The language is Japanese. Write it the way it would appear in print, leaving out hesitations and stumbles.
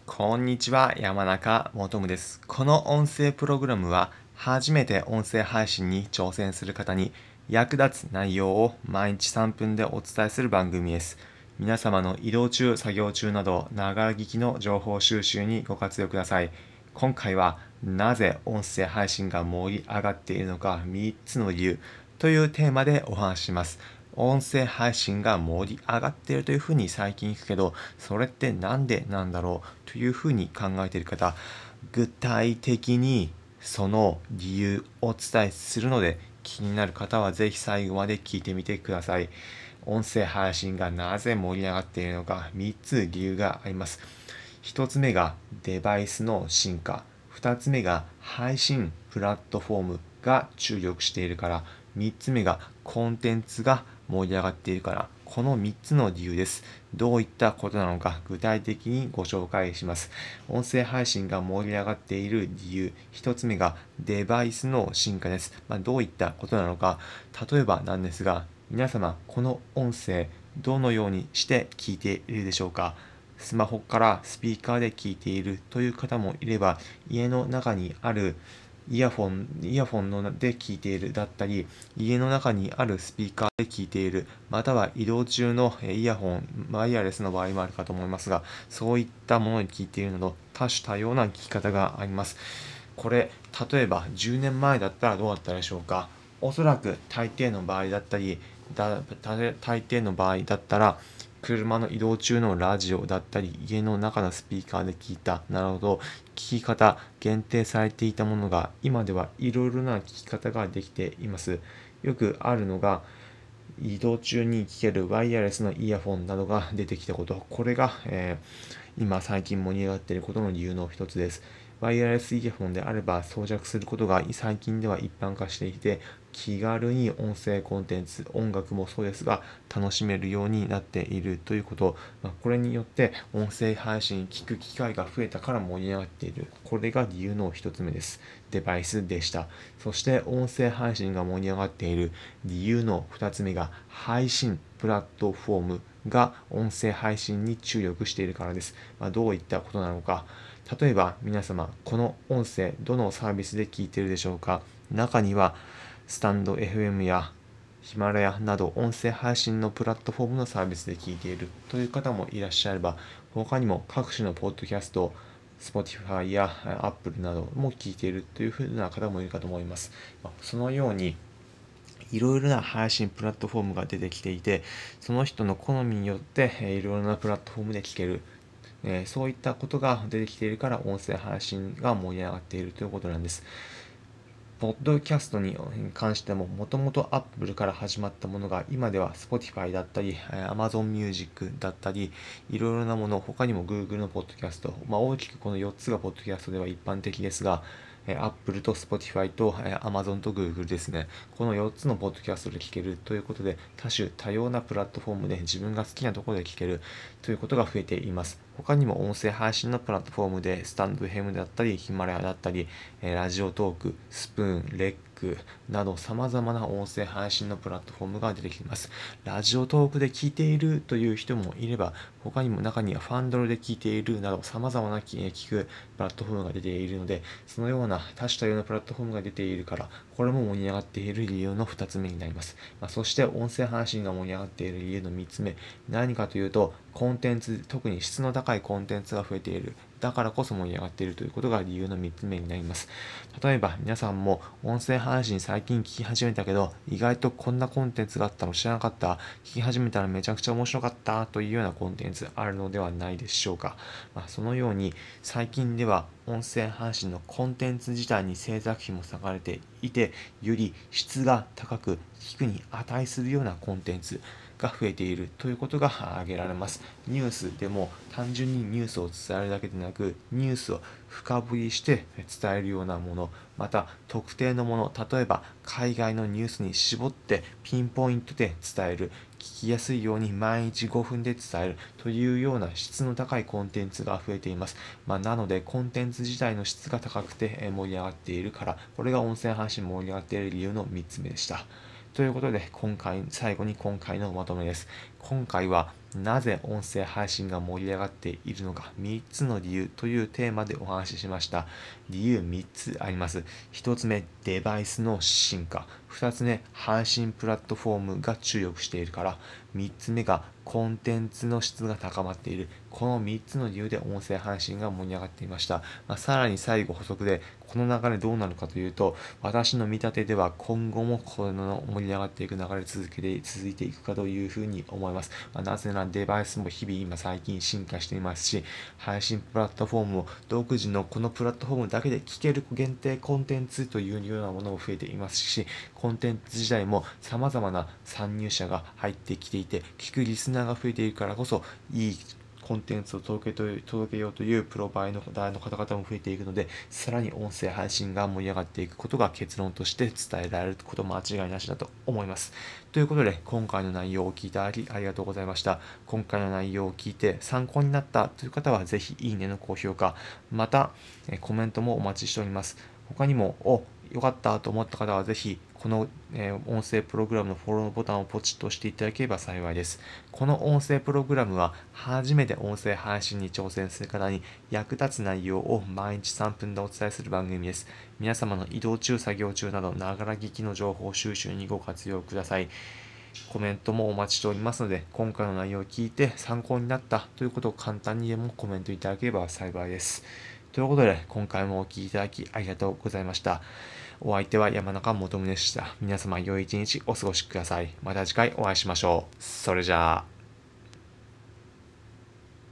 こんにちは、山中もとむです。この音声プログラムは、初めて音声配信に挑戦する方に役立つ内容を毎日3分でお伝えする番組です。皆様の移動中、作業中など、ながら聞きの情報収集にご活用ください。今回は、なぜ音声配信が盛り上がっているのか3つの理由というテーマでお話しします。音声配信が盛り上がっているというふうに最近聞くけど、それってなんでなんだろうというふうに考えている方、具体的にその理由をお伝えするので、気になる方はぜひ最後まで聞いてみてください。音声配信がなぜ盛り上がっているのか、3つ理由があります。1つ目がデバイスの進化。2つ目が配信プラットフォームが注力しているから。3つ目がコンテンツが盛り上がっているから。この3つの理由です。どういったことなのか具体的にご紹介します。音声配信が盛り上がっている理由。1つ目がデバイスの進化です。どういったことなのか。例えばなんですが、皆様、この音声、どのようにして聞いているでしょうか。スマホからスピーカーで聞いているという方もいれば、家の中にあるイヤフォンので聞いているだったり、家の中にあるスピーカーで聞いている、または移動中のイヤホン、ワイヤレスの場合もあるかと思いますが、そういったものに聞いているなど、多種多様な聞き方があります。これ、例えば10年前だったらどうだったでしょうか。おそらく大抵の場合だったり、大抵の場合だったら、車の移動中のラジオだったり、家の中のスピーカーで聞いた、なるほど、聞き方、限定されていたものが、今ではいろいろな聞き方ができています。よくあるのが、移動中に聞けるワイヤレスのイヤホンなどが出てきたこと、これが、今最近盛り上がっていることの理由の一つです。ワイヤレスイヤホンであれば装着することが最近では一般化していて、気軽に音声コンテンツ、音楽もそうですが、楽しめるようになっているということ、これによって音声配信聞く機会が増えたから盛り上がっている。これが理由の一つ目です。デバイスでした。そして音声配信が盛り上がっている理由の二つ目が配信プラットフォームが音声配信に注力しているからです。どういったことなのか。例えば皆様、この音声、どのサービスで聞いているでしょうか。中には、スタンド FM やヒマラヤなど音声配信のプラットフォームのサービスで聞いているという方もいらっしゃれば、他にも各種のポッドキャスト、Spotify や Apple なども聞いているというふうな方もいるかと思います。そのように、いろいろな配信プラットフォームが出てきていて、その人の好みによっていろいろなプラットフォームで聞ける。そういったことが出てきているから音声配信が盛り上がっているということなんです。ポッドキャストに関しても、もともと Apple から始まったものが、今では Spotify だったり、Amazon Music だったり、いろいろなもの、他にも Google のポッドキャスト、大きくこの4つがポッドキャストでは一般的ですが、Apple と Spotify と Amazon と Google ですね。この4つのポッドキャストで聞けるということで、多種多様なプラットフォームで自分が好きなところで聞けるということが増えています。他にも音声配信のプラットフォームで、スタンド FM だったり、ヒマラヤだったり、ラジオトーク、スプーン、レックなど様々な音声配信のプラットフォームが出てきています。ラジオトークで聞いているという人もいれば、他にも中にはファンドルで聞いているなど様々な聞くプラットフォームが出ているので、そのような多種多様なプラットフォームが出ているから、これも盛り上がっている理由の2つ目になります。そして音声配信が盛り上がっている理由の3つ目、何かというと、コンテンツ、特に質の高いコンテンツが増えている。だからこそ盛り上がっているということが理由の3つ目になります。例えば皆さんも音声配信最近聞き始めたけど、意外とこんなコンテンツがあったの知らなかった、聞き始めたらめちゃくちゃ面白かったというようなコンテンツあるのではないでしょうか。そのように最近では音声配信のコンテンツ自体に制作費も割かれていて、より質が高く聞くに値するようなコンテンツが増えているということが挙げられます。ニュースでも単純にニュースを伝えるだけでなく、ニュースを深掘りして伝えるようなもの、また特定のもの、例えば海外のニュースに絞ってピンポイントで伝える、聞きやすいように毎日5分で伝えるというような質の高いコンテンツが増えています。なのでコンテンツ自体の質が高くて盛り上がっているから、これが音声配信盛り上がっている理由の3つ目でした。ということで、最後に今回のまとめです。今回はなぜ音声配信が盛り上がっているのか、3つの理由というテーマでお話ししました。理由3つあります。1つ目、デバイスの進化。2つ目、配信プラットフォームが注力しているから。3つ目が、コンテンツの質が高まっている。この3つの理由で音声配信が盛り上がっていました。さらに最後補足で、この流れどうなるかというと、私の見立てでは今後もこの盛り上がっていく流れ続いていくかというふうに思います。なぜならデバイスも日々今最近進化していますし、配信プラットフォームも独自のこのプラットフォームだけで聞ける限定コンテンツというようなものも増えていますし、コンテンツ自体も様々な参入者が入ってきていて、聞くリスナーが増えているからこそ、いいコンテンツを届けようというプロバイダーの方々も増えていくので、さらに音声配信が盛り上がっていくことが結論として伝えられること間違いなしだと思います。ということで、今回の内容を聞いてありがとうございました。今回の内容を聞いて参考になったという方は、ぜひいいねの高評価、またコメントもお待ちしております。他にも、よかったと思った方はぜひ、この、音声プログラムのフォローボタンをポチッと押していただければ幸いです。この音声プログラムは、初めて音声配信に挑戦する方に役立つ内容を毎日3分でお伝えする番組です。皆様の移動中、作業中など、ながら聞きの情報収集にご活用ください。コメントもお待ちしておりますので、今回の内容を聞いて参考になったということを簡単にでもコメントいただければ幸いです。ということで、今回もお聴きいただきありがとうございました。お相手は山中元宗でした。皆様良い一日お過ごしください。また次回お会いしましょう。それじゃあ。